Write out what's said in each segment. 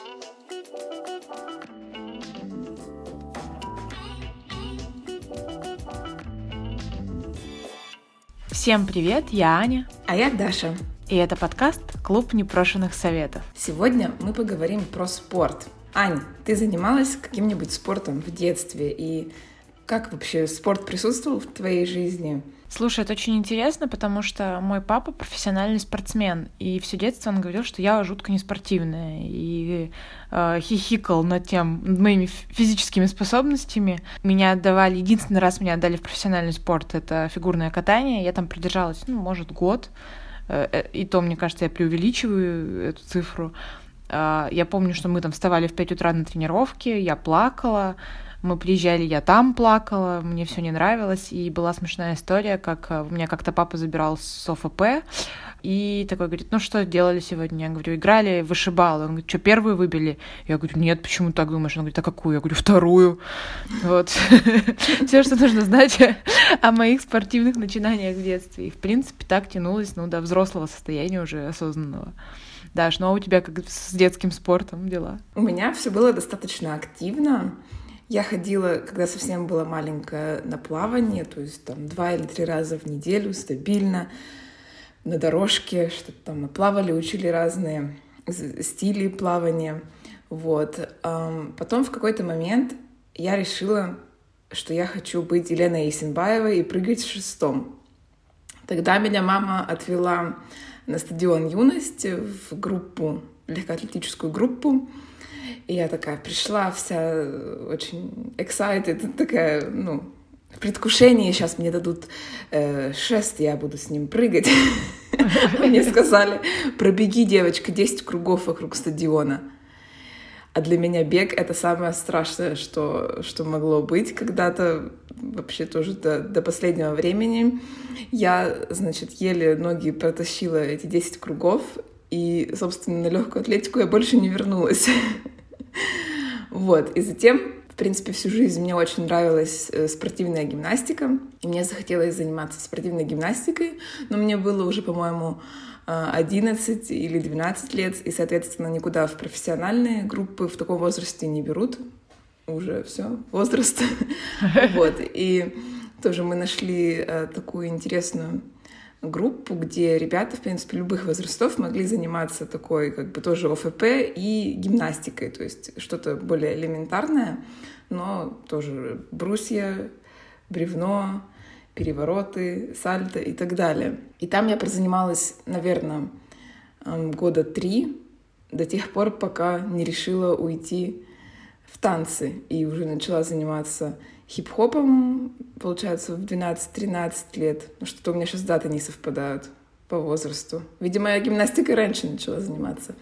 Всем привет, я Аня. А я Даша. И это подкаст «Клуб непрошенных советов». Сегодня мы поговорим про спорт. Ань, ты занималась каким-нибудь спортом в детстве? И как вообще спорт присутствовал в твоей жизни? Слушай, это очень интересно, потому что мой папа профессиональный спортсмен, и все детство он говорил, что я жутко неспортивная, и хихикал над моими физическими способностями. Единственный раз меня отдали в профессиональный спорт, это фигурное катание, я там продержалась, может, год, и то, мне кажется, я преувеличиваю эту цифру. Я помню, что мы там вставали в 5 утра на тренировке, я плакала, мы приезжали, я там плакала, мне все не нравилось, и была смешная история, как меня как-то папа забирал с ОФП, и такой говорит, что делали сегодня? Я говорю, играли в вышибалы. Он говорит, что, первую выбили? Я говорю, нет, почему так думаешь? Он говорит, а какую? Я говорю, вторую. Вот. Все, что нужно знать о моих спортивных начинаниях в детстве. И, в принципе, так тянулось, до взрослого состояния уже осознанного. Даш, а у тебя как с детским спортом дела? У меня все было достаточно активно. Я ходила, когда совсем была маленькая, на плавание, то есть 2 или 3 раза в неделю стабильно на дорожке, что-то там мы плавали, учили разные стили плавания. Вот. Потом в какой-то момент я решила, что я хочу быть Еленой Есенбаевой и прыгать в шестом. Тогда меня мама отвела на стадион «Юность» в группу, легкоатлетическую группу. И я такая пришла вся очень excited, такая, в предвкушении, сейчас мне дадут шест, я буду с ним прыгать. Мне сказали, пробеги, девочка, 10 кругов вокруг стадиона. А для меня бег — это самое страшное, что могло быть когда-то, вообще тоже до последнего времени. Я, еле ноги протащила эти 10 кругов, и, собственно, на легкую атлетику я больше не вернулась. Вот, и затем, в принципе, всю жизнь мне очень нравилась спортивная гимнастика, и мне захотелось заниматься спортивной гимнастикой, но мне было уже, по-моему, 11 или 12 лет, и, соответственно, никуда в профессиональные группы в таком возрасте не берут. Уже все, возраст. Вот, и тоже мы нашли такую интересную группу, где ребята, в принципе, любых возрастов могли заниматься такой, тоже ОФП и гимнастикой, то есть что-то более элементарное, но тоже брусья, бревно, перевороты, сальто и так далее. И там я прозанималась, наверное, 3 года, до тех пор, пока не решила уйти в танцы и уже начала заниматься хип-хопом, получается, в 12-13 лет. Что-то у меня сейчас даты не совпадают по возрасту. Видимо, я гимнастикой раньше начала заниматься.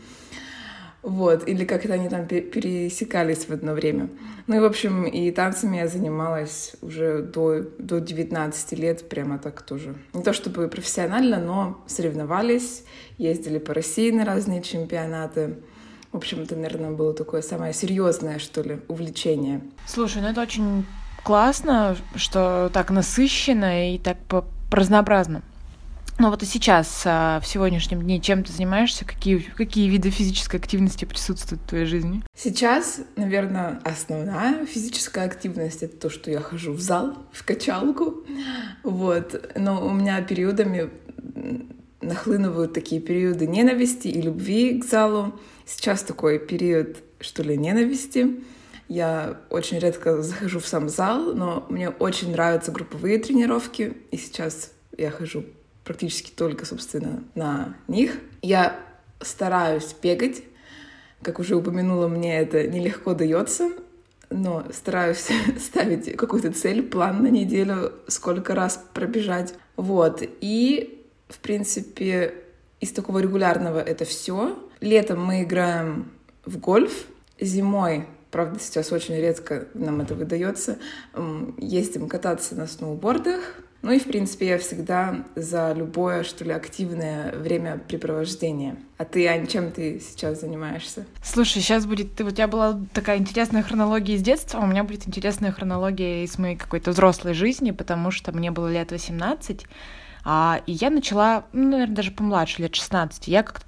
Вот. Или как-то они там пересекались в одно время. И, в общем, и танцами я занималась уже до 19 лет, прямо так тоже. Не то чтобы профессионально, но соревновались, ездили по России на разные чемпионаты. В общем, это, наверное, было такое самое серьезное, что ли, увлечение. Слушай, это очень классно, что так насыщенно и так разнообразно. Но вот и сейчас, в сегодняшнем дне, чем ты занимаешься? Какие виды физической активности присутствуют в твоей жизни? Сейчас, наверное, основная физическая активность — это то, что я хожу в зал, в качалку. Вот. Но у меня периодами нахлынывают такие периоды ненависти и любви к залу. Сейчас такой период, что ли, ненависти. Я очень редко захожу в сам зал, но мне очень нравятся групповые тренировки, и сейчас я хожу практически только, собственно, на них. Я стараюсь бегать. Как уже упомянула, мне это нелегко дается, но стараюсь ставить какую-то цель, план на неделю, сколько раз пробежать. Вот. И, в принципе, из такого регулярного это все. Летом мы играем в гольф, зимой, правда, сейчас очень редко нам это выдается, ездим кататься на сноубордах. Ну и, в принципе, я всегда за любое, что ли, активное времяпрепровождение. А ты, Ань, чем ты сейчас занимаешься? Слушай, сейчас будет... У тебя была такая интересная хронология из детства, а у меня будет интересная хронология из моей какой-то взрослой жизни, потому что мне было лет 18, и я начала, наверное, даже помладше, лет 16. Я как-то так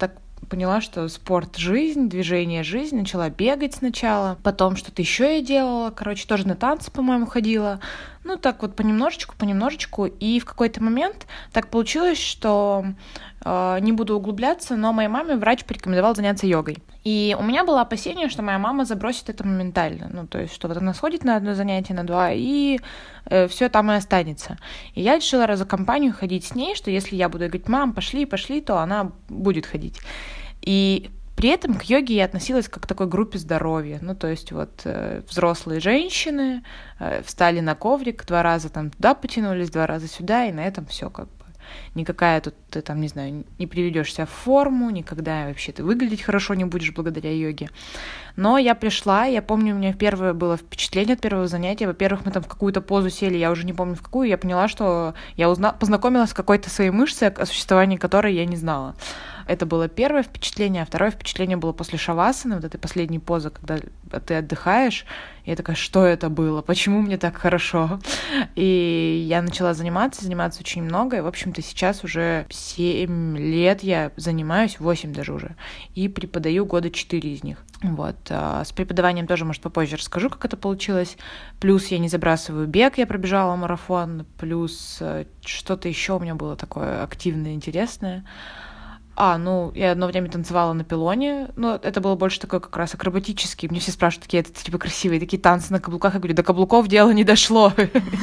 поняла, что спорт — жизнь, движение — жизнь, начала бегать сначала, потом что-то еще я делала, короче, тоже на танцы, по-моему, ходила. Ну, так вот понемножечку, и в какой-то момент так получилось, что не буду углубляться, но моей маме врач порекомендовал заняться йогой. И у меня было опасение, что моя мама забросит это моментально. Ну, то есть, что вот она сходит на одно занятие, на два, и все там и останется. И я решила за компанию ходить с ней, что если я буду говорить: мам, пошли, то она будет ходить. И при этом к йоге я относилась как к такой группе здоровья. Ну, то есть вот взрослые женщины встали на коврик, 2 раза там туда потянулись, 2 раза сюда, и на этом все как бы. Никакая тут, ты там, не знаю, не приведешь себя в форму, никогда вообще ты выглядеть хорошо не будешь благодаря йоге. Но я пришла, я помню, у меня первое было впечатление от первого занятия. Во-первых, мы там в какую-то позу сели, я уже не помню в какую, я поняла, что я познакомилась с какой-то своей мышцей, о существовании которой я не знала. Это было первое впечатление, а второе впечатление было после шавасаны, вот этой последней позы, когда ты отдыхаешь. И я такая: что это было? Почему мне так хорошо? И я начала заниматься очень много. И, в общем-то, сейчас уже 7 лет я занимаюсь, 8 даже уже, и преподаю 4 года из них. Вот. С преподаванием тоже, может, попозже расскажу, как это получилось. Плюс я не забрасываю бег, я пробежала марафон. Плюс что-то еще у меня было такое активное, интересное. Я одно время танцевала на пилоне, но это было больше такое как раз акробатический. Мне все спрашивают, какие это типа красивые такие танцы на каблуках. Я говорю: до каблуков дело не дошло.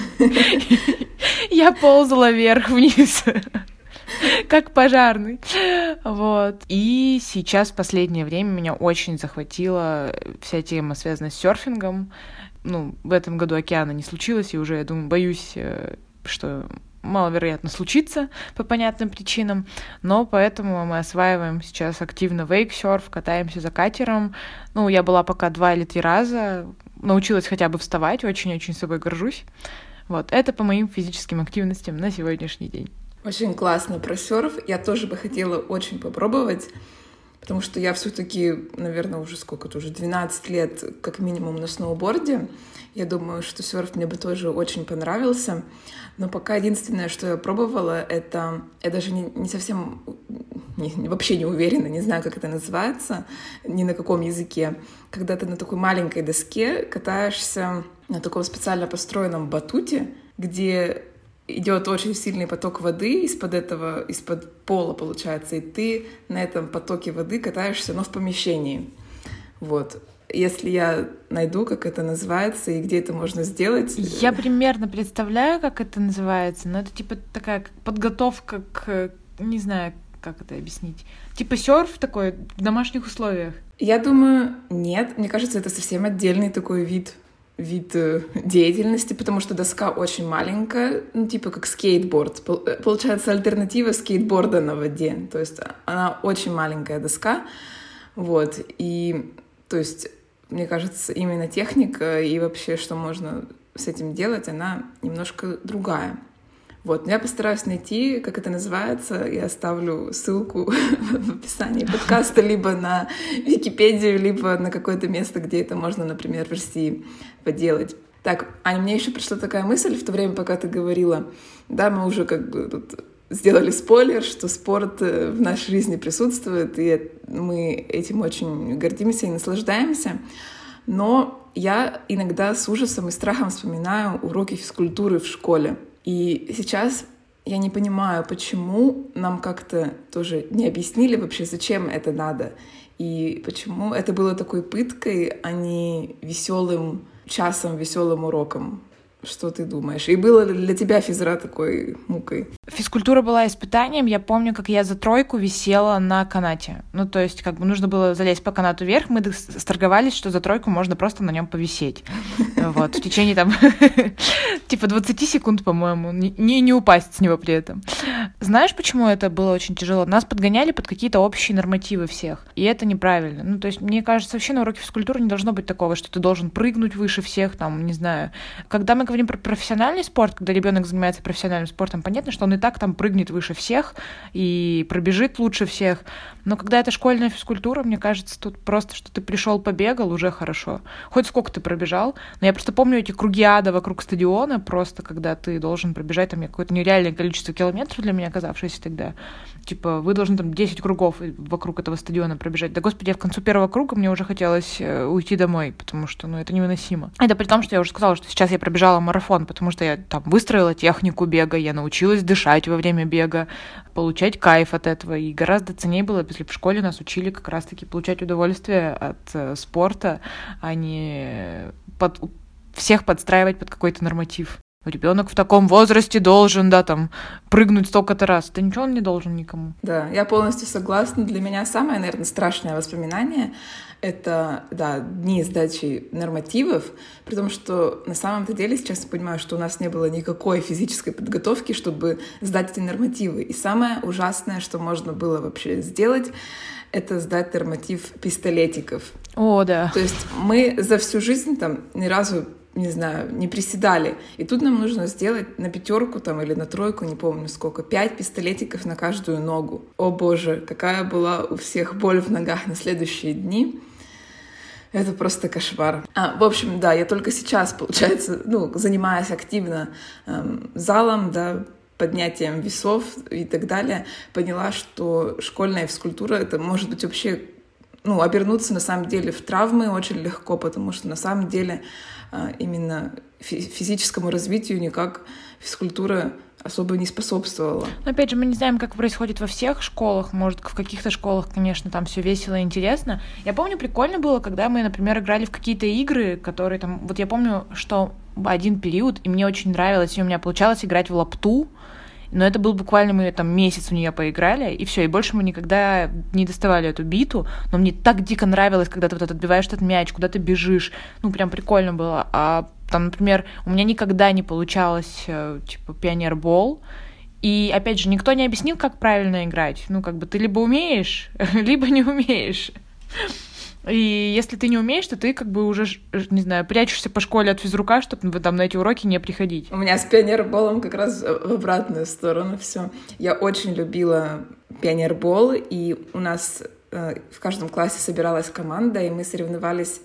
Я ползала вверх-вниз, как пожарный. Вот. И сейчас, в последнее время, меня очень захватила вся тема, связанная с серфингом. В этом году океана не случилось, и уже, я думаю, боюсь, что маловероятно случится по понятным причинам, но поэтому мы осваиваем сейчас активно вейксерф, катаемся за катером. Я была пока 2 или 3 раза, научилась хотя бы вставать, очень-очень собой горжусь. Вот, это по моим физическим активностям на сегодняшний день. Очень классно про серф. Я тоже бы хотела очень попробовать, потому что я все-таки, наверное, уже 12 лет как минимум на сноуборде. Я думаю, что серф мне бы тоже очень понравился. Но пока единственное, что я пробовала, это... Я даже не совсем... вообще не уверена, не знаю, как это называется, ни на каком языке. Когда ты на такой маленькой доске катаешься на таком специально построенном батуте, где идет очень сильный поток воды из-под пола, получается, и ты на этом потоке воды катаешься, но в помещении. Вот. Если я найду, как это называется и где это можно сделать... Я примерно представляю, как это называется, но это типа такая подготовка к... Не знаю, как это объяснить. Типа серф такой в домашних условиях. Я думаю, нет. Мне кажется, это совсем отдельный такой вид деятельности, потому что доска очень маленькая, типа как скейтборд. Получается, альтернатива скейтборда на воде. То есть она очень маленькая доска. Вот. И, то есть, мне кажется, именно техника и вообще, что можно с этим делать, она немножко другая. Вот. Но я постараюсь найти, как это называется. Я оставлю ссылку в описании подкаста либо на Википедию, либо на какое-то место, где это можно, например, в России поделать. Так, Аня, мне еще пришла такая мысль в то время, пока ты говорила. Да, мы уже как бы тут сделали спойлер, что спорт в нашей жизни присутствует, и мы этим очень гордимся и наслаждаемся. Но я иногда с ужасом и страхом вспоминаю уроки физкультуры в школе. И сейчас я не понимаю, почему нам как-то тоже не объяснили вообще, зачем это надо, и почему это было такой пыткой, а не веселым часом, веселым уроком. Что ты думаешь? И было ли для тебя физра такой мукой? Физкультура была испытанием. Я помню, как я за 3 висела на канате. То есть, как бы нужно было залезть по канату вверх. Мы сторговались, что за 3 можно просто на нем повисеть. Вот, в течение там типа 20 секунд, по-моему, не упасть с него при этом. Знаешь, почему это было очень тяжело? Нас подгоняли под какие-то общие нормативы всех. И это неправильно. То есть, мне кажется, вообще на уроке физкультуры не должно быть такого, что ты должен прыгнуть выше всех, там, не знаю. Когда мы говорим про профессиональный спорт, когда ребенок занимается профессиональным спортом, понятно, что он и так там прыгнет выше всех и пробежит лучше всех. Но когда это школьная физкультура, мне кажется, тут просто, что ты пришел, побегал, уже хорошо. Хоть сколько ты пробежал. Но я просто помню эти круги ада вокруг стадиона, просто когда ты должен пробежать там какое-то нереальное количество километров для меня казавшееся тогда. Типа, вы должны там 10 кругов вокруг этого стадиона пробежать. Да, господи, я к концу первого круга мне уже хотелось уйти домой, потому что, это невыносимо. Это при том, что я уже сказала, что сейчас я пробежала марафон, потому что я там выстроила технику бега, я научилась дышать во время бега, получать кайф от этого. И гораздо ценнее было, если в школе нас учили как раз-таки получать удовольствие от спорта, а не всех подстраивать под какой-то норматив. Ребенок в таком возрасте должен, там, прыгнуть столько-то раз. Да ничего он не должен никому. Да, я полностью согласна. Для меня самое, наверное, страшное воспоминание — это, дни сдачи нормативов, при том, что на самом-то деле сейчас я понимаю, что у нас не было никакой физической подготовки, чтобы сдать эти нормативы. И самое ужасное, что можно было вообще сделать, это сдать норматив пистолетиков. О, да. То есть мы за всю жизнь там ни разу, не знаю, не приседали. И тут нам нужно сделать на 5 или на 3, не помню сколько, 5 пистолетиков на каждую ногу. О боже, какая была у всех боль в ногах на следующие дни. Это просто кошмар. В общем, я только сейчас, получается, занимаясь активно залом, поднятием весов и так далее, поняла, что школьная физкультура — это может быть вообще, обернуться на самом деле в травмы очень легко, потому что на самом деле именно физическому развитию никак физкультура особо не способствовала. Но опять же, мы не знаем, как происходит во всех школах. Может, в каких-то школах, конечно, там все весело и интересно. Я помню, прикольно было, когда мы, например, играли в какие-то игры, которые там... Вот я помню, что один период, и мне очень нравилось, и у меня получалось играть в лапту, но это был буквально, мы там месяц в нее поиграли, и все, и больше мы никогда не доставали эту биту, но мне так дико нравилось, когда ты отбиваешь этот мяч, куда ты бежишь, прям прикольно было. А там, например, у меня никогда не получалось, пионербол, и, опять же, никто не объяснил, как правильно играть. Ты либо умеешь, либо не умеешь. И если ты не умеешь, то ты уже, не знаю, прячешься по школе от физрука, чтобы там на эти уроки не приходить. У меня с пионерболом как раз в обратную сторону все. Я очень любила пионербол, и у нас в каждом классе собиралась команда, и мы соревновались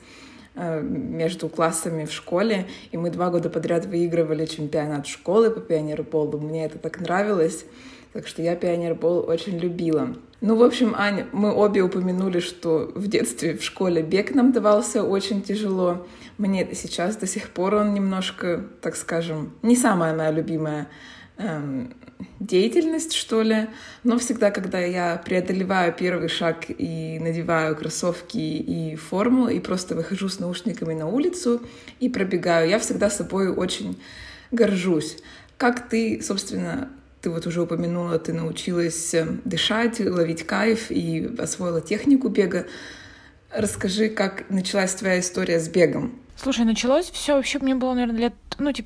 между классами в школе, и мы 2 года подряд выигрывали чемпионат школы по пионерболу. Мне это так нравилось, так что я пионербол очень любила. В общем, Аня, мы обе упомянули, что в детстве в школе бег нам давался очень тяжело. Мне сейчас до сих пор он немножко, так скажем, не самая моя любимая деятельность, что ли. Но всегда, когда я преодолеваю первый шаг и надеваю кроссовки и форму, и просто выхожу с наушниками на улицу и пробегаю, я всегда собой очень горжусь. Как ты, собственно... Ты уже упомянула, ты научилась дышать, ловить кайф и освоила технику бега. Расскажи, как началась твоя история с бегом? Слушай, началось все вообще, мне было, наверное, лет,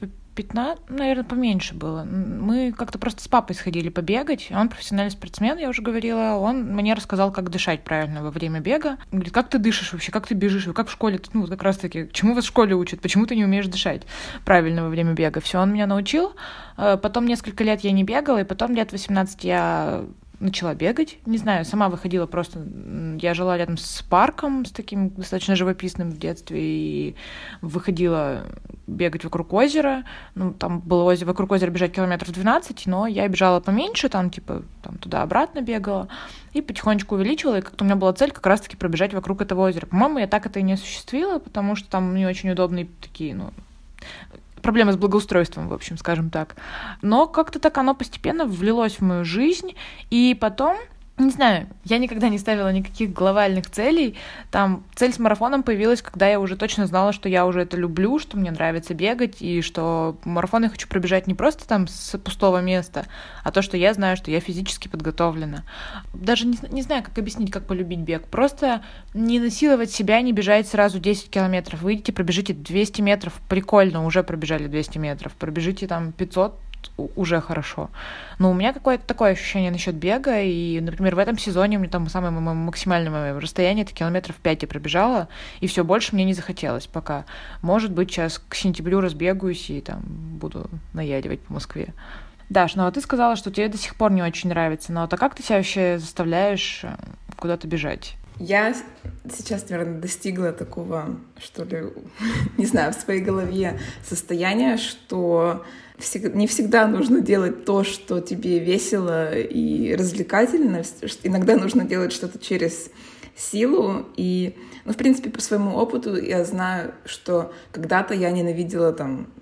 15, наверное, поменьше было. Мы как-то просто с папой сходили побегать. Он профессиональный спортсмен, я уже говорила. Он мне рассказал, как дышать правильно во время бега. Он говорит, как ты дышишь вообще, как ты бежишь, как в школе, как раз-таки, чему вас в школе учат, почему ты не умеешь дышать правильно во время бега. Все, он меня научил. Потом несколько лет я не бегала, и потом лет 18 я начала бегать. Не знаю, сама выходила просто... Я жила рядом с парком, с таким достаточно живописным в детстве, и выходила бегать вокруг озера. Там было вокруг озера бежать километров 12, но я бежала поменьше, там туда-обратно бегала, и потихонечку увеличивала, и как-то у меня была цель как раз-таки пробежать вокруг этого озера. По-моему, я так это и не осуществила, потому что там не очень удобные такие, проблемы с благоустройством, в общем, скажем так. Но как-то так оно постепенно влилось в мою жизнь, и потом, не знаю, я никогда не ставила никаких глобальных целей. Там цель с марафоном появилась, когда я уже точно знала, что я уже это люблю, что мне нравится бегать, и что марафон я хочу пробежать не просто там с пустого места, а то, что я знаю, что я физически подготовлена. Даже не знаю, как объяснить, как полюбить бег. Просто не насиловать себя, не бежать сразу 10 километров. Выйдите, пробежите 200 метров. Прикольно, уже пробежали 200 метров. Пробежите там 500, уже хорошо. Но у меня какое-то такое ощущение насчет бега, и, например, в этом сезоне у меня там самое максимальное мое расстояние, это километров 5 я пробежала, и все больше мне не захотелось пока. Может быть, сейчас к сентябрю разбегаюсь и там буду наяривать по Москве. Даш, ну а ты сказала, что тебе до сих пор не очень нравится, но вот а как ты себя вообще заставляешь куда-то бежать? Я сейчас, наверное, достигла такого, что ли, не знаю, в своей голове состояния, что не всегда нужно делать то, что тебе весело и развлекательно. Иногда нужно делать что-то через силу. И, в принципе, по своему опыту я знаю, что когда-то я ненавидела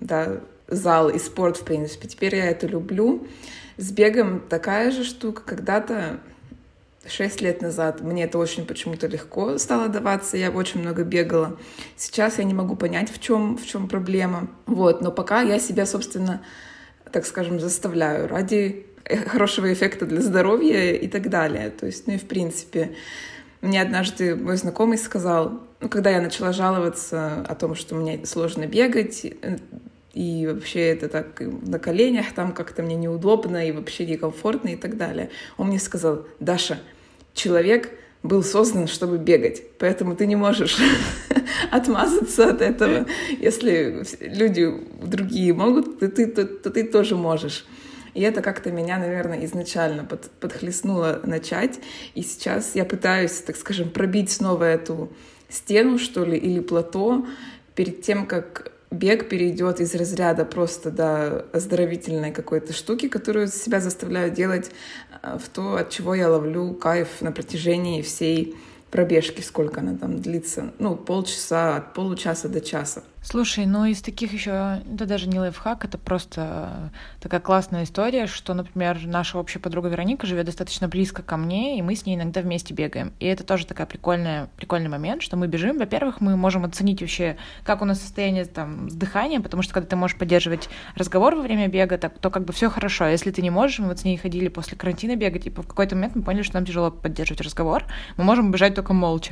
зал и спорт, в принципе. Теперь я это люблю. С бегом такая же штука. Когда-то 6 лет назад мне это очень почему-то легко стало даваться, я очень много бегала. Сейчас я не могу понять, в чем проблема. Но пока я себя, собственно, так скажем, заставляю ради хорошего эффекта для здоровья и так далее. То есть, и в принципе, мне однажды мой знакомый сказал, когда я начала жаловаться о том, что мне сложно бегать, и вообще это так на коленях, там как-то мне неудобно и вообще некомфортно и так далее. Он мне сказал: Даша, человек был создан, чтобы бегать, поэтому ты не можешь отмазаться от этого. Если люди другие могут, то ты тоже можешь. И это как-то меня, наверное, изначально подхлестнуло начать. И сейчас я пытаюсь, так скажем, пробить снова эту стену, что ли, или плато перед тем, как бег перейдет из разряда просто до оздоровительной какой-то штуки, которую себя заставляю делать, в то, от чего я ловлю кайф на протяжении всей пробежки, сколько она там длится, полчаса, от получаса до часа. Слушай, из таких еще, это даже не лайфхак, это просто такая классная история, что, например, наша общая подруга Вероника живет достаточно близко ко мне, и мы с ней иногда вместе бегаем. И это тоже такой прикольный момент, что мы бежим. Во-первых, мы можем оценить вообще, как у нас состояние с дыханием, потому что когда ты можешь поддерживать разговор во время бега, то как бы все хорошо. А если ты не можешь, мы с ней ходили после карантина бегать, и в какой-то момент мы поняли, что нам тяжело поддерживать разговор, мы можем бежать только молча.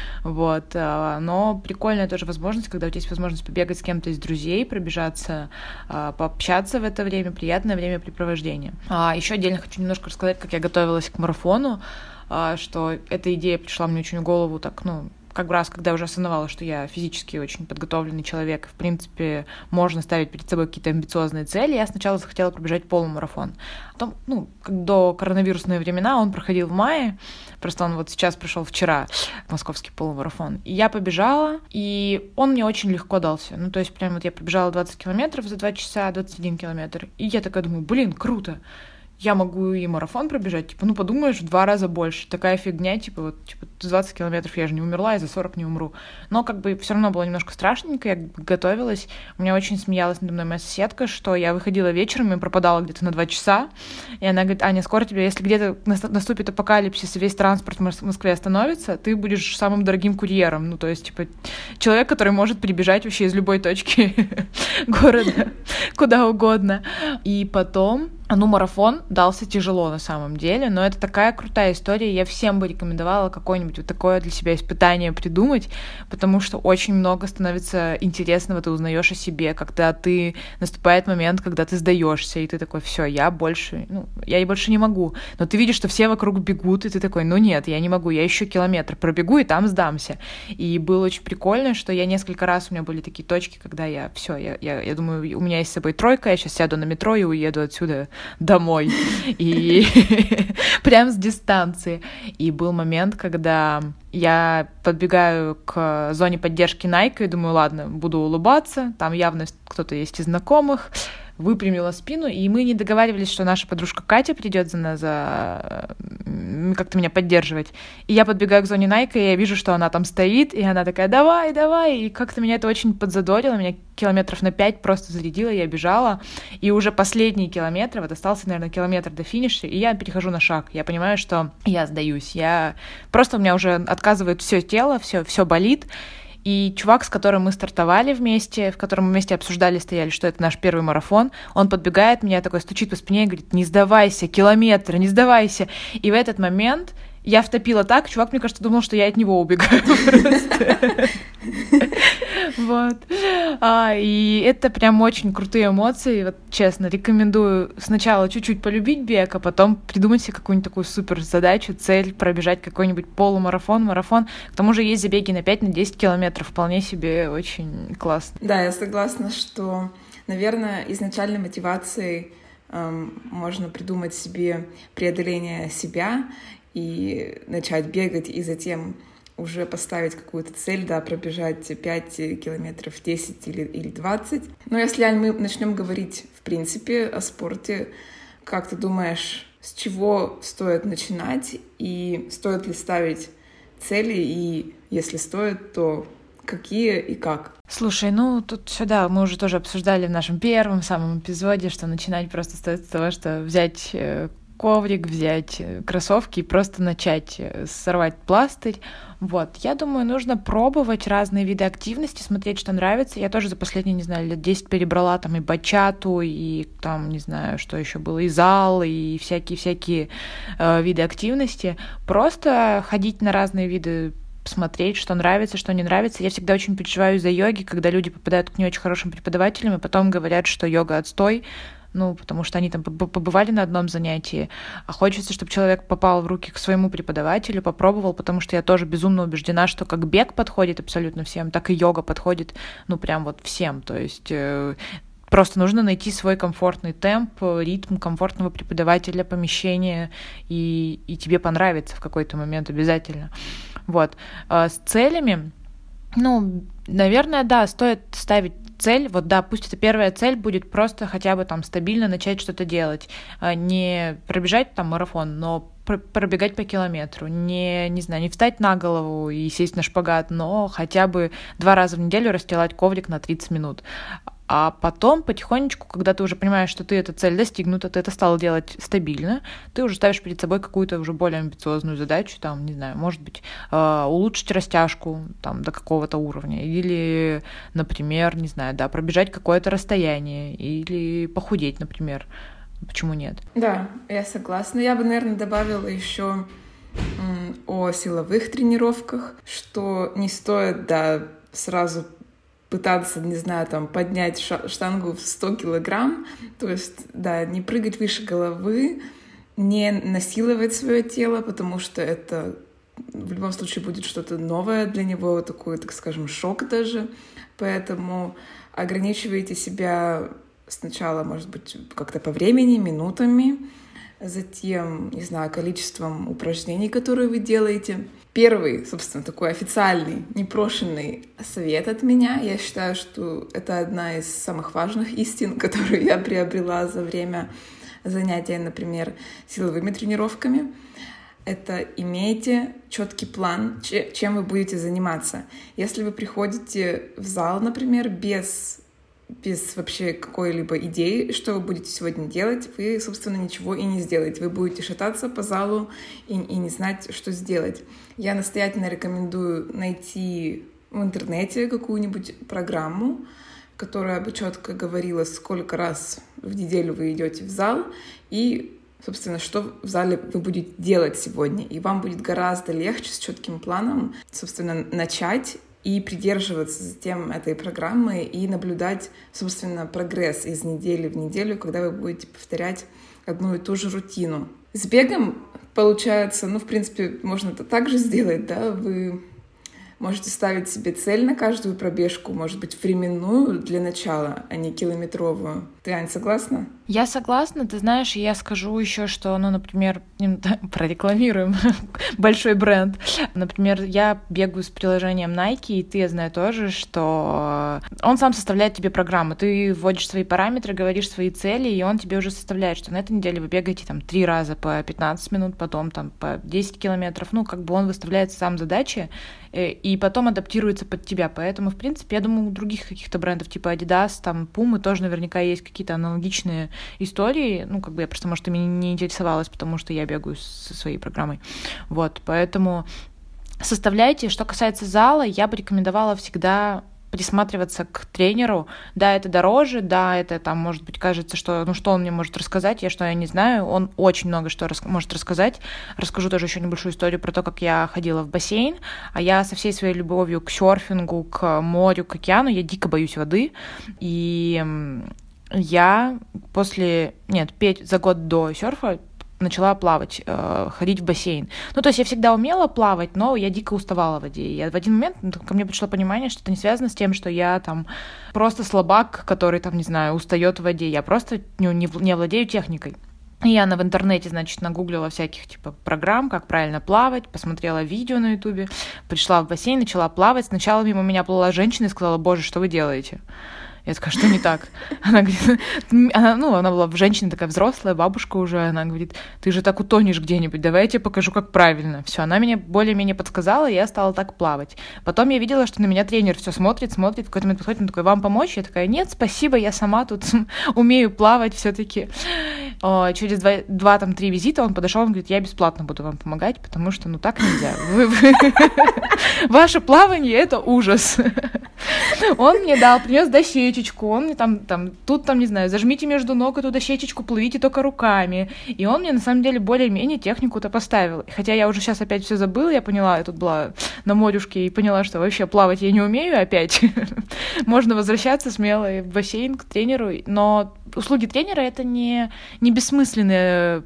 Но прикольная тоже возможность, когда у тебя есть возможность побегать с кем-то из друзей, пробежаться, пообщаться в это время, приятное времяпрепровождение. Еще отдельно хочу немножко рассказать, как я готовилась к марафону, что эта идея пришла мне очень в голову как раз, когда я уже осознавала, что я физически очень подготовленный человек, в принципе, можно ставить перед собой какие-то амбициозные цели, я сначала захотела пробежать полумарафон. Потом, до коронавирусные времена он проходил в мае, просто он сейчас пришел вчера, московский полумарафон. И я побежала, и он мне очень легко дался. То есть прям я пробежала 20 километров за 2 часа, 21 километр, и я такая думаю, круто. Я могу и марафон пробежать, подумаешь, в 2 раза больше. Такая фигня, 20 километров я же не умерла, и за 40 не умру. Но все равно было немножко страшненько, я готовилась. У меня очень смеялась надо мной моя соседка, что я выходила вечером и пропадала где-то на 2 часа. И она говорит: Аня, скоро тебе, если где-то наступит апокалипсис, и весь транспорт в Москве остановится, ты будешь самым дорогим курьером. То есть, человек, который может прибежать вообще из любой точки города, куда угодно. И потом марафон дался тяжело на самом деле, но это такая крутая история. Я всем бы рекомендовала какое-нибудь такое для себя испытание придумать, потому что очень много становится интересного, ты узнаешь о себе, когда наступает момент, когда ты сдаешься, и ты такой: все, я больше не могу. Но ты видишь, что все вокруг бегут, и ты такой: нет, я не могу, я еще километр пробегу и там сдамся. И было очень прикольно, что я несколько раз, у меня были такие точки, когда я думаю, у меня есть с собой тройка, я сейчас сяду на метро и уеду отсюда домой. И прям с дистанции. И был момент, когда я подбегаю к зоне поддержки Nike и думаю: ладно, буду улыбаться, там явно кто-то есть из знакомых. Выпрямила спину, и мы не договаривались, что наша подружка Катя придет как-то меня поддерживать. И я подбегаю к зоне Nike, и я вижу, что она там стоит, и она такая: давай, давай. И как-то меня это очень подзадорило, меня километров на 5 просто зарядило, я бежала. И уже последние километры, остался, наверное, километр до финиша, и я перехожу на шаг. Я понимаю, что я сдаюсь. У меня уже отказывает все тело, все болит. И чувак, с которым мы стартовали вместе, в котором мы вместе стояли, что это наш первый марафон, он подбегает, меня такой стучит по спине и говорит: не сдавайся, километр, не сдавайся. И в этот момент я втопила так, чувак, мне кажется, думал, что я от него убегаю просто. Вот. И это прям очень крутые эмоции. Вот честно, рекомендую сначала чуть-чуть полюбить бег, а потом придумать себе какую-нибудь такую супер задачу, цель, пробежать какой-нибудь полумарафон, марафон. К тому же есть забеги на 5-10 километров. Вполне себе очень классно. Да, я согласна, что, наверное, изначальной мотивацией можно придумать себе преодоление себя и начать бегать, и затем уже поставить какую-то цель, да, пробежать 5 километров, 10 или 20. Но если, Ань, мы начнем говорить, в принципе, о спорте, как ты думаешь, с чего стоит начинать, и стоит ли ставить цели, и если стоит, то какие и как? Слушай, тут сюда мы уже тоже обсуждали в нашем первом самом эпизоде, что начинать просто стоит с того, что взять коврик, взять кроссовки и просто начать сорвать пластырь. Вот. Я думаю, нужно пробовать разные виды активности, смотреть, что нравится. Я тоже за последние, не знаю, лет 10 перебрала там и бачату, и там, не знаю, что еще было, и зал, и всякие-всякие виды активности. Просто ходить на разные виды, смотреть, что нравится, что не нравится. Я всегда очень переживаю из-за йоги, когда люди попадают к не очень хорошим преподавателям, и потом говорят, что йога отстой, потому что они там побывали на одном занятии, а хочется, чтобы человек попал в руки к своему преподавателю, попробовал, потому что я тоже безумно убеждена, что как бег подходит абсолютно всем, так и йога подходит, прям вот всем, то есть просто нужно найти свой комфортный темп, ритм комфортного преподавателя, помещения, и тебе понравится в какой-то момент обязательно. Вот. С целями, наверное, да, стоит ставить цель, пусть эта первая цель будет просто хотя бы там стабильно начать что-то делать, не пробежать там марафон, но пробегать по километру, не встать на голову и сесть на шпагат, но хотя бы 2 раза в неделю расстилать коврик на 30 минут. А потом потихонечку, когда ты уже понимаешь, что ты эту цель достигнута, ты это стал делать стабильно, ты уже ставишь перед собой какую-то уже более амбициозную задачу, там, не знаю, может быть, улучшить растяжку там, до какого-то уровня, или, например, не знаю, да, пробежать какое-то расстояние, или похудеть, например. Почему нет? Да, я согласна. Я бы, наверное, добавила еще о силовых тренировках, что не стоит, да, сразу пытаться, не знаю, там, поднять штангу в 100 килограмм, то есть, да, не прыгать выше головы, не насиловать свое тело, потому что это в любом случае будет что-то новое для него, такой, так скажем, шок даже, поэтому ограничивайте себя сначала, может быть, как-то по времени, минутами, затем, не знаю, количеством упражнений, которые вы делаете. Первый, собственно, такой официальный, непрошенный совет от меня. Я считаю, что это одна из самых важных истин, которую я приобрела за время занятия, например, силовыми тренировками. Это имейте четкий план, чем вы будете заниматься. Если вы приходите в зал, например, без вообще какой-либо идеи, что вы будете сегодня делать, вы, собственно, ничего и не сделаете. Вы будете шататься по залу и не знать, что сделать. Я настоятельно рекомендую найти в интернете какую-нибудь программу, которая бы четко говорила, сколько раз в неделю вы идете в зал и, собственно, что в зале вы будете делать сегодня. И вам будет гораздо легче с четким планом, собственно, начать и придерживаться затем этой программы и наблюдать, собственно, прогресс из недели в неделю, когда вы будете повторять одну и ту же рутину. С бегом получается, в принципе, можно это также сделать, да, вы можете ставить себе цель на каждую пробежку, может быть, временную для начала, а не километровую. Ты, Ань, согласна? Я согласна, ты знаешь, я скажу еще, что, например, прорекламируем большой бренд. Например, я бегаю с приложением Nike, и ты, я знаю тоже, что он сам составляет тебе программу. Ты вводишь свои параметры, говоришь свои цели, и он тебе уже составляет, что на этой неделе вы бегаете там 3 раза по 15 минут, потом там по 10 километров. Он выставляет сам задачи, и потом адаптируется под тебя. Поэтому, в принципе, я думаю, у других каких-то брендов типа Adidas, там, Puma тоже наверняка есть какие-то аналогичные истории. Я просто, может, ими не интересовалась, потому что я бегаю со своей программой. Вот, поэтому составляйте. Что касается зала, я бы рекомендовала всегда присматриваться к тренеру. Да, это дороже, да, это там, может быть, кажется, что, ну, что он мне может рассказать, я не знаю. Он очень много что может рассказать. Расскажу тоже еще небольшую историю про то, как я ходила в бассейн, а я со всей своей любовью к серфингу, к морю, к океану, я дико боюсь воды, и я за год до серфа начала плавать, ходить в бассейн. Ну, то есть я всегда умела плавать, но я дико уставала в воде. И в один момент ко мне пришло понимание, что это не связано с тем, что я там просто слабак, который там, не знаю, устает в воде. Я просто не владею техникой. И я в интернете, значит, нагуглила всяких типа программ, как правильно плавать, посмотрела видео на ютубе, пришла в бассейн, начала плавать. Сначала мимо меня плыла женщина и сказала: «Боже, что вы делаете?» Я такая: «Что не так?» Она говорит, она была женщина такая взрослая, бабушка уже, она говорит: «Ты же так утонешь где-нибудь, давай я тебе покажу, как правильно». Все, она мне более-менее подсказала, и я стала так плавать. Потом я видела, что на меня тренер все смотрит, в какой-то момент подходит, он такой: «Вам помочь?» Я такая: «Нет, спасибо, я сама тут умею плавать все-таки». Через 2-3 визита он подошел, он говорит: «Я бесплатно буду вам помогать, потому что, так нельзя. Ваше плавание — это ужас». Он мне принес дощечечку, он мне не знаю, зажмите между ног эту дощечечку, плывите только руками. И он мне, на самом деле, более-менее технику-то поставил. Хотя я уже сейчас опять все забыла, я поняла, я тут была на морюшке и поняла, что вообще плавать я не умею опять. Можно возвращаться смело в бассейн к тренеру, но услуги тренера — это не бессмысленные,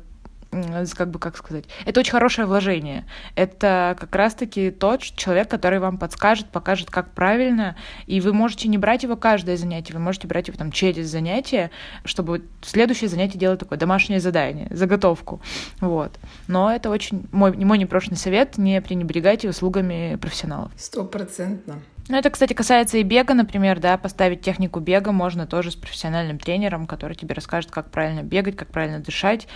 как сказать, это очень хорошее вложение. Это как раз-таки тот человек, который вам подскажет, покажет, как правильно, и вы можете не брать его каждое занятие, вы можете брать его через занятие, чтобы следующее занятие делать такое домашнее задание, заготовку. Вот. Но это очень мой непрошенный совет: не пренебрегайте услугами профессионалов. 100%. Это, кстати, касается и бега, например, да, поставить технику бега можно тоже с профессиональным тренером, который тебе расскажет, как правильно бегать, как правильно дышать,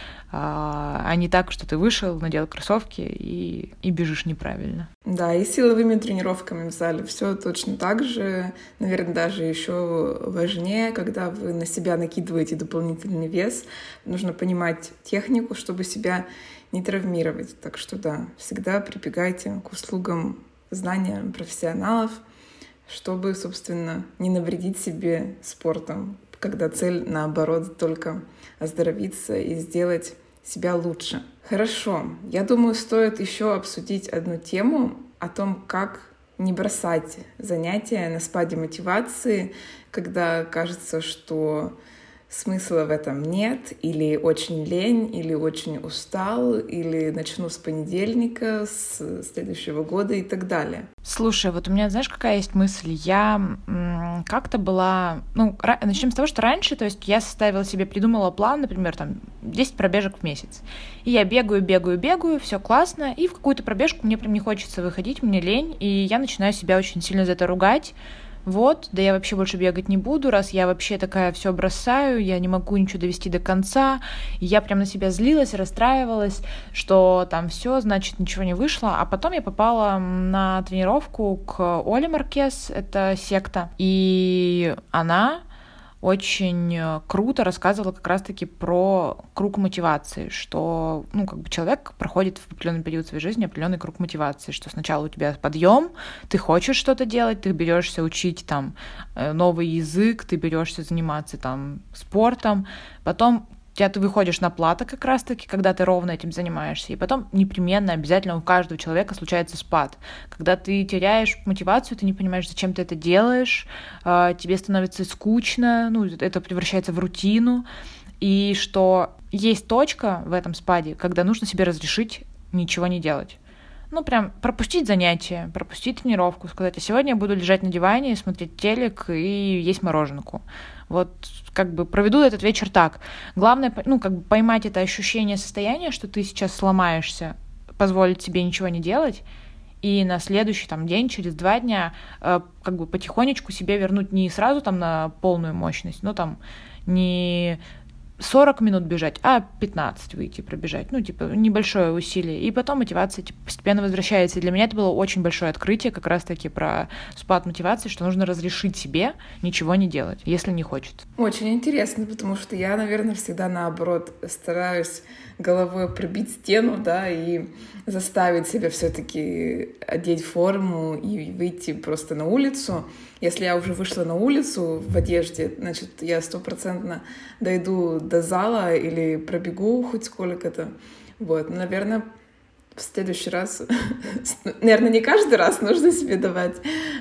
а не так, что ты вышел, надел кроссовки и бежишь неправильно. Да, и силовыми тренировками в зале все точно так же, наверное, даже еще важнее, когда вы на себя накидываете дополнительный вес, нужно понимать технику, чтобы себя не травмировать. Так что да, всегда прибегайте к услугам, знаниям профессионалов, чтобы, собственно, не навредить себе спортом, когда цель, наоборот, только оздоровиться и сделать себя лучше. Хорошо, я думаю, стоит еще обсудить одну тему о том, как не бросать занятия на спаде мотивации, когда кажется, что смысла в этом нет, или очень лень, или очень устал, или начну с понедельника, с следующего года и так далее. Слушай, вот у меня, знаешь, какая есть мысль? Я как-то была... начнем с того, что раньше, то есть я придумала план, например, 10 пробежек в месяц. И я бегаю, все классно, и в какую-то пробежку мне прям не хочется выходить, мне лень, и я начинаю себя очень сильно за это ругать. Да я вообще больше бегать не буду, раз я вообще такая все бросаю, я не могу ничего довести до конца. И я прям на себя злилась, расстраивалась, что там все, значит, ничего не вышло. А потом я попала на тренировку к Оле Маркес, это секта, и она очень круто рассказывала как раз-таки про круг мотивации, что, человек проходит в определенный период своей жизни определенный круг мотивации, что сначала у тебя подъем, ты хочешь что-то делать, ты берешься учить новый язык, ты берешься заниматься спортом, потом ты выходишь на плато как раз-таки, когда ты ровно этим занимаешься, и потом непременно, обязательно у каждого человека случается спад. Когда ты теряешь мотивацию, ты не понимаешь, зачем ты это делаешь, тебе становится скучно, это превращается в рутину, и что есть точка в этом спаде, когда нужно себе разрешить ничего не делать. Прям пропустить занятия, пропустить тренировку, сказать: а сегодня я буду лежать на диване, смотреть телек и есть мороженку. Проведу этот вечер так. Главное, поймать это ощущение состояния, что ты сейчас сломаешься, позволить себе ничего не делать, и на следующий день, через 2 дня, потихонечку себе вернуть не сразу на полную мощность, но не 40 минут бежать, а 15 выйти пробежать. Ну, типа, небольшое усилие. И потом мотивация типа, постепенно возвращается. И для меня это было очень большое открытие как раз-таки про спад мотивации, что нужно разрешить себе ничего не делать, если не хочется. Очень интересно, потому что я, наверное, всегда наоборот стараюсь головой пробить стену, да, и заставить себя все-таки одеть форму и выйти просто на улицу. Если я уже вышла на улицу в одежде, значит, я 100% дойду до зала или пробегу хоть сколько-то. Вот, наверное, в следующий раз, наверное, не каждый раз нужно себе давать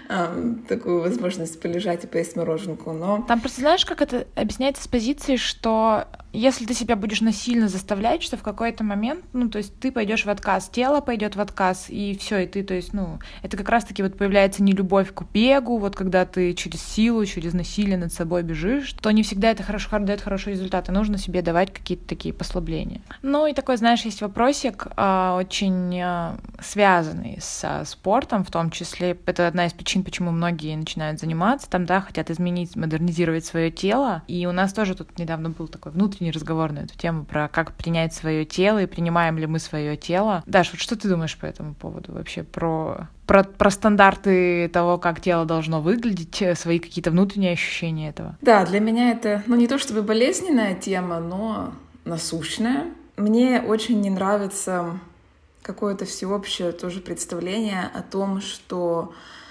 такую возможность полежать и поесть мороженку, но... Там просто знаешь, как это объясняется с позиции, что если ты себя будешь насильно заставлять, что в какой-то момент, ну, то есть ты пойдешь в отказ, тело пойдет в отказ, и все, и ты, то есть, ну, это как раз-таки вот появляется нелюбовь к бегу, вот когда ты через силу, через насилие над собой бежишь, то не всегда это дает хороший результат, и нужно себе давать какие-то такие послабления. Ну, и такой, знаешь, есть вопросик, очень связанный со спортом, в том числе, это одна из причин, почему многие начинают заниматься, там, да, хотят изменить, модернизировать свое тело, и у нас тоже тут недавно был такой внутренний разговор на эту тему про как принять свое тело и принимаем ли мы свое тело. Даш, вот что ты думаешь по этому поводу вообще, про стандарты того, как тело должно выглядеть, свои какие-то внутренние ощущения этого? Да, для меня это, ну, не то чтобы болезненная тема, но насущная. Мне очень не нравится какое-то всеобщее тоже представление о том, что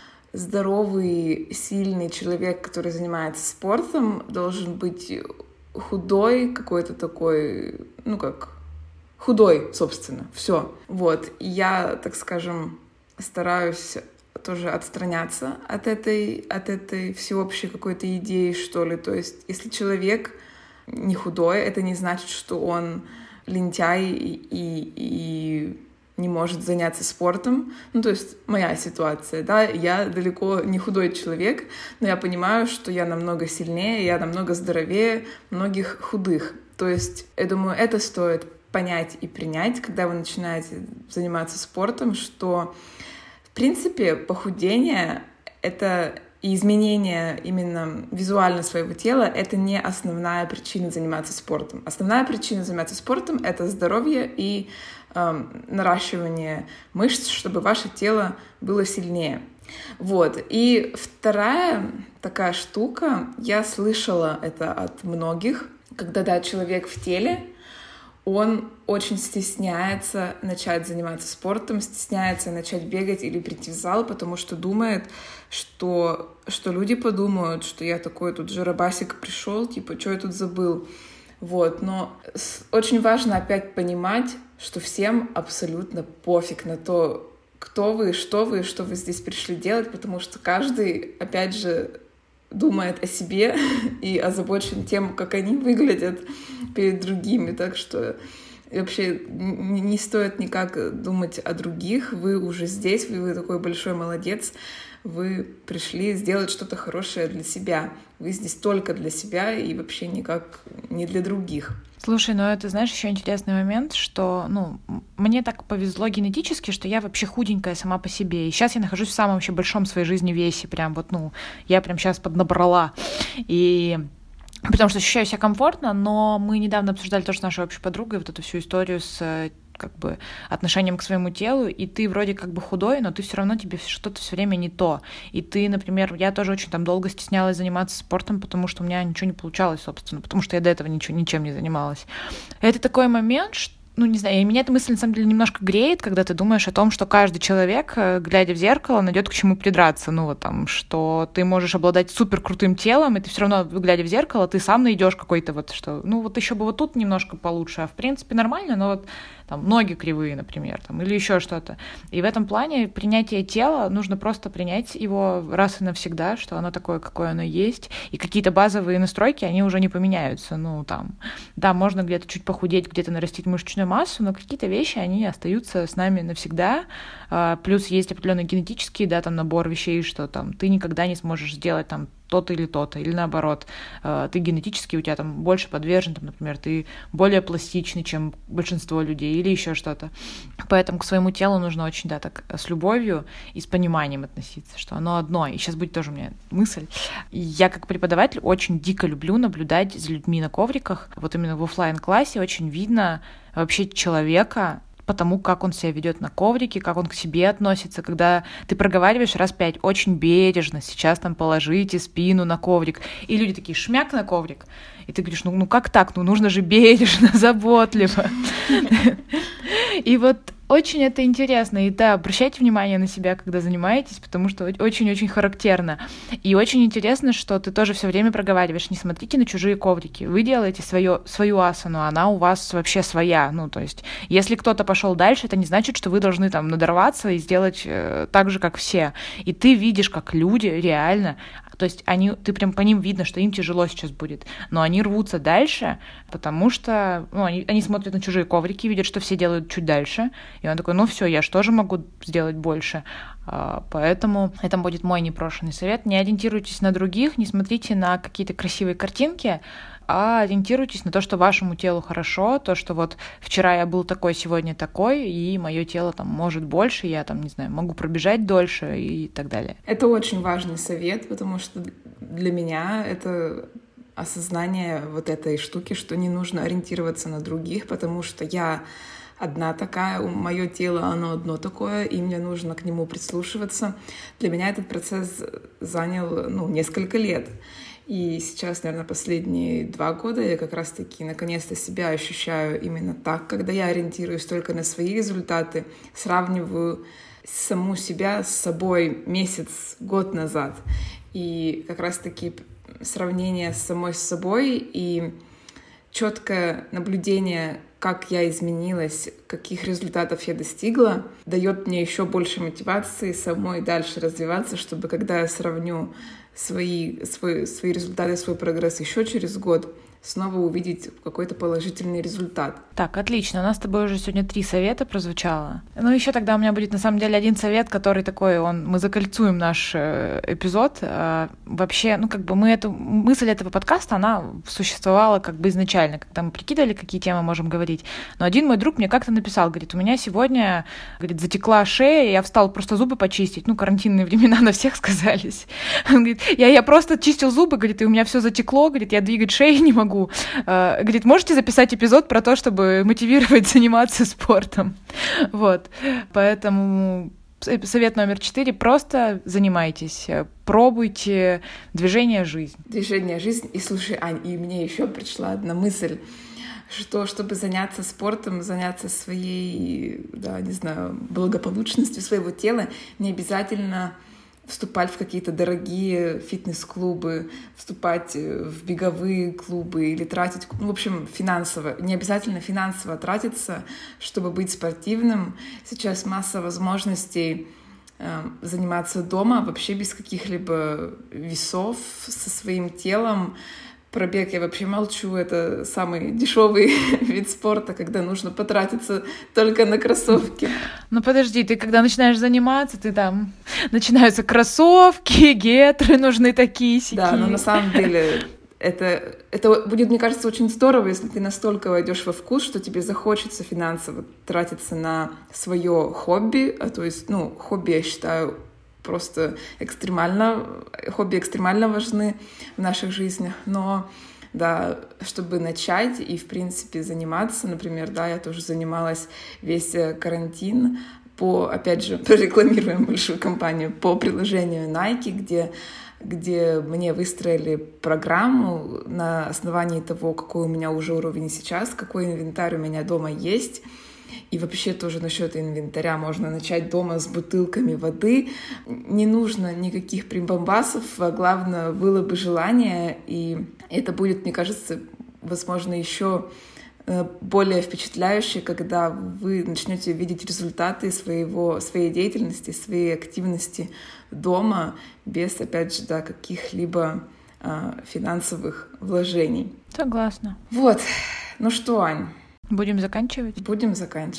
здоровый, сильный человек, который занимается спортом, должен быть худой, какой-то такой, ну как, худой, собственно, все. Вот, и я, так скажем, стараюсь тоже отстраняться от этой всеобщей какой-то идеи, что ли. То есть, если человек не худой, это не значит, что он лентяй и не может заняться спортом. Ну, то есть моя ситуация, да, я далеко не худой человек, но я понимаю, что я намного сильнее, я намного здоровее многих худых. То есть, я думаю, это стоит понять и принять, когда вы начинаете заниматься спортом, что, в принципе, похудение — это и изменение именно визуально своего тела — это не основная причина заниматься спортом. Основная причина заниматься спортом — это здоровье и наращивание мышц, чтобы ваше тело было сильнее. Вот. И вторая такая штука, я слышала это от многих, когда, да, человек в теле, он очень стесняется начать заниматься спортом, стесняется начать бегать или прийти в зал, потому что думает, что люди подумают, что я такой тут жиробасик пришел, типа, что я тут забыл. Вот, но очень важно опять понимать, что всем абсолютно пофиг на то, кто вы, что вы здесь пришли делать, потому что каждый, опять же, думает о себе и озабочен тем, как они выглядят перед другими, так что вообще не стоит никак думать о других, вы уже здесь, вы такой большой молодец, вы пришли сделать что-то хорошее для себя. Вы здесь только для себя и вообще никак не для других. Слушай, ну это, знаешь, еще интересный момент, что, ну, мне так повезло генетически, что я вообще худенькая сама по себе. И сейчас я нахожусь в самом вообще большом в своей жизни весе. Прям вот, ну, я прям сейчас поднабрала. И потому что ощущаю себя комфортно, но мы недавно обсуждали тоже с нашей общей подругой вот эту всю историю с как бы отношением к своему телу, и ты вроде как бы худой, но ты все равно, тебе что-то все время не то. И ты, например, я тоже очень там долго стеснялась заниматься спортом, потому что у меня ничего не получалось, собственно, потому что я до этого ничем не занималась. Это такой момент, что, ну, не знаю, и меня эта мысль, на самом деле, немножко греет, когда ты думаешь о том, что каждый человек, глядя в зеркало, найдет к чему придраться. Ну, вот там, что ты можешь обладать супер крутым телом, и ты все равно, глядя в зеркало, ты сам найдешь какой-то вот, что, ну, вот еще бы вот тут немножко получше, а в принципе нормально, но вот там ноги кривые, например, там, или еще что-то. И в этом плане принятие тела, нужно просто принять его раз и навсегда, что оно такое, какое оно есть, и какие-то базовые настройки, они уже не поменяются. Ну, там, да, можно где-то чуть похудеть, где-то нарастить мышечную массу, но какие-то вещи, они остаются с нами навсегда. Плюс есть определенные генетические, да, там, набор вещей, что там ты никогда не сможешь сделать там то-то или то-то, или наоборот, ты генетически, у тебя там больше подвержен, там, например, ты более пластичный, чем большинство людей, или еще что-то. Поэтому к своему телу нужно очень, да, так с любовью и с пониманием относиться, что оно одно. И сейчас будет тоже у меня мысль. Я как преподаватель очень дико люблю наблюдать за людьми на ковриках. Вот именно в офлайн-классе очень видно вообще человека, потому как он себя ведет на коврике, как он к себе относится, когда ты проговариваешь раз 5 очень бережно, сейчас там положите спину на коврик, и люди такие шмяк на коврик, и ты говоришь, ну как так, ну нужно же бережно, заботливо. И вот очень это интересно. И да, обращайте внимание на себя, когда занимаетесь, потому что очень-очень характерно. И очень интересно, что ты тоже все время проговариваешь, не смотрите на чужие коврики. Вы делаете свою асану, она у вас вообще своя. Ну, то есть, если кто-то пошел дальше, это не значит, что вы должны там надорваться и сделать так же, как все. И ты видишь, как люди реально... То есть ты прям по ним видно, что им тяжело сейчас будет. Но они рвутся дальше, потому что они смотрят на чужие коврики, видят, что все делают чуть дальше. И он такой, ну все, я же тоже могу сделать больше. Поэтому это будет мой непрошенный совет. Не ориентируйтесь на других, не смотрите на какие-то красивые картинки, а ориентируйтесь на то, что вашему телу хорошо, то, что вот вчера я был такой, сегодня такой, и мое тело там может больше, я там, не знаю, могу пробежать дольше и так далее. Это очень важный совет, потому что для меня это осознание вот этой штуки, что не нужно ориентироваться на других, потому что я одна такая, мое тело, оно одно такое, и мне нужно к нему прислушиваться. Для меня этот процесс занял, несколько лет. И сейчас, наверное, последние 2 года я как раз-таки наконец-то себя ощущаю именно так, когда я ориентируюсь только на свои результаты, сравниваю саму себя с собой месяц, год назад. И как раз-таки сравнение с самой собой и четкое наблюдение, как я изменилась, каких результатов я достигла, дает мне еще больше мотивации самой дальше развиваться, чтобы когда я сравню свои результаты, свой прогресс еще через год, снова увидеть какой-то положительный результат. Так, отлично. У нас с тобой уже сегодня 3 совета прозвучало. Ну, еще тогда у меня будет, на самом деле, 1 совет, который такой, мы закольцуем наш эпизод. Вообще, мысль этого подкаста, она существовала как бы изначально, когда мы прикидывали, какие темы можем говорить. Но один мой друг мне как-то написал, говорит, у меня сегодня, говорит, затекла шея, я встал просто зубы почистить. Карантинные времена на всех сказались. Он говорит, я просто чистил зубы, говорит, и у меня все затекло, говорит, я двигать шею не могу. Говорит, можете записать эпизод про то, чтобы мотивировать заниматься спортом? Вот. Поэтому совет номер 4. Просто занимайтесь. Пробуйте. Движение — жизнь. Движение — жизнь. И слушай, Ань, и мне еще пришла одна мысль, что чтобы заняться спортом, заняться своей, благополучностью своего тела, не обязательно вступать в какие-то дорогие фитнес-клубы, вступать в беговые клубы или тратить, финансово. Не обязательно финансово тратиться, чтобы быть спортивным. Сейчас масса возможностей заниматься дома вообще без каких-либо весов, со своим телом. Про бег я вообще молчу, это самый дешевый вид спорта, когда нужно потратиться только на кроссовки. Подожди, ты когда начинаешь заниматься, начинаются кроссовки, гетры нужны такие-сякие. Да, но на самом деле это будет, мне кажется, очень здорово, если ты настолько войдешь во вкус, что тебе захочется финансово тратиться на свое хобби, хобби, я считаю, просто хобби экстремально важны в наших жизнях, но, да, чтобы начать и, в принципе, заниматься, например, я тоже занималась весь карантин опять же, прорекламируем большую компанию, по приложению Nike, где мне выстроили программу на основании того, какой у меня уже уровень сейчас, какой инвентарь у меня дома есть. И вообще тоже насчет инвентаря можно начать дома с бутылками воды. Не нужно никаких прибамбасов, а главное, было бы желание. И это будет, мне кажется, возможно, еще более впечатляюще, когда вы начнете видеть результаты своей деятельности, своей активности дома без, опять же, каких-либо финансовых вложений. Согласна. Вот. Ну что, Ань? Будем заканчивать? Будем заканчивать.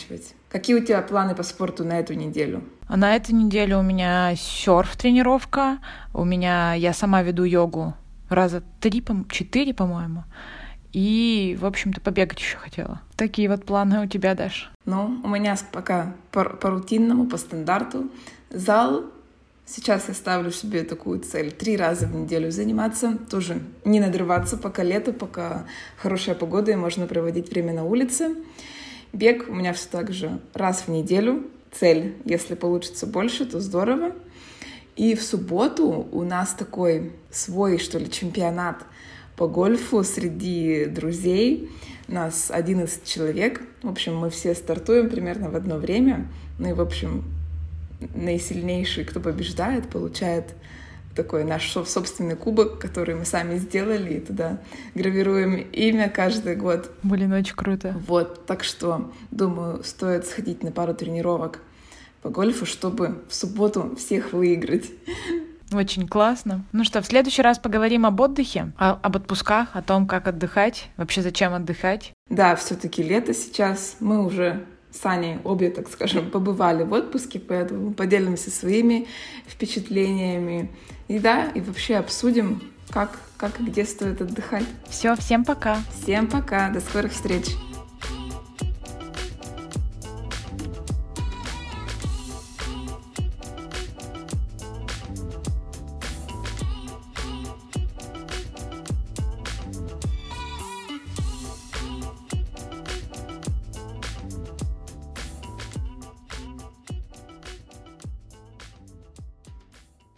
Какие у тебя планы по спорту на эту неделю? А на эту неделю у меня серф-тренировка, я сама веду йогу раза 3-4, по-моему, и, в общем-то, побегать еще хотела. Такие вот планы у тебя, Даш? Ну, у меня пока по рутинному, по стандарту. Зал. Сейчас я ставлю себе такую цель 3 раза в неделю заниматься. Тоже не надрываться, пока лето, пока хорошая погода и можно проводить время на улице. Бег у меня все так же раз в неделю. Цель, если получится больше, то здорово. И в субботу у нас такой свой, что ли, чемпионат по гольфу среди друзей. Нас 11 человек. В общем, мы все стартуем примерно в одно время. Ну и, в общем, наисильнейший, кто побеждает, получает такой наш собственный кубок, который мы сами сделали, и туда гравируем имя каждый год. Блин, очень круто. Вот, так что, думаю, стоит сходить на пару тренировок по гольфу, чтобы в субботу всех выиграть. Очень классно. Ну что, в следующий раз поговорим об отдыхе, об отпусках, о том, как отдыхать, вообще зачем отдыхать. Да, все-таки лето сейчас, мы уже с Аней обе, так скажем, побывали в отпуске, поэтому поделимся своими впечатлениями. И да, и вообще обсудим, как и где стоит отдыхать. Все, всем пока. Всем пока, до скорых встреч.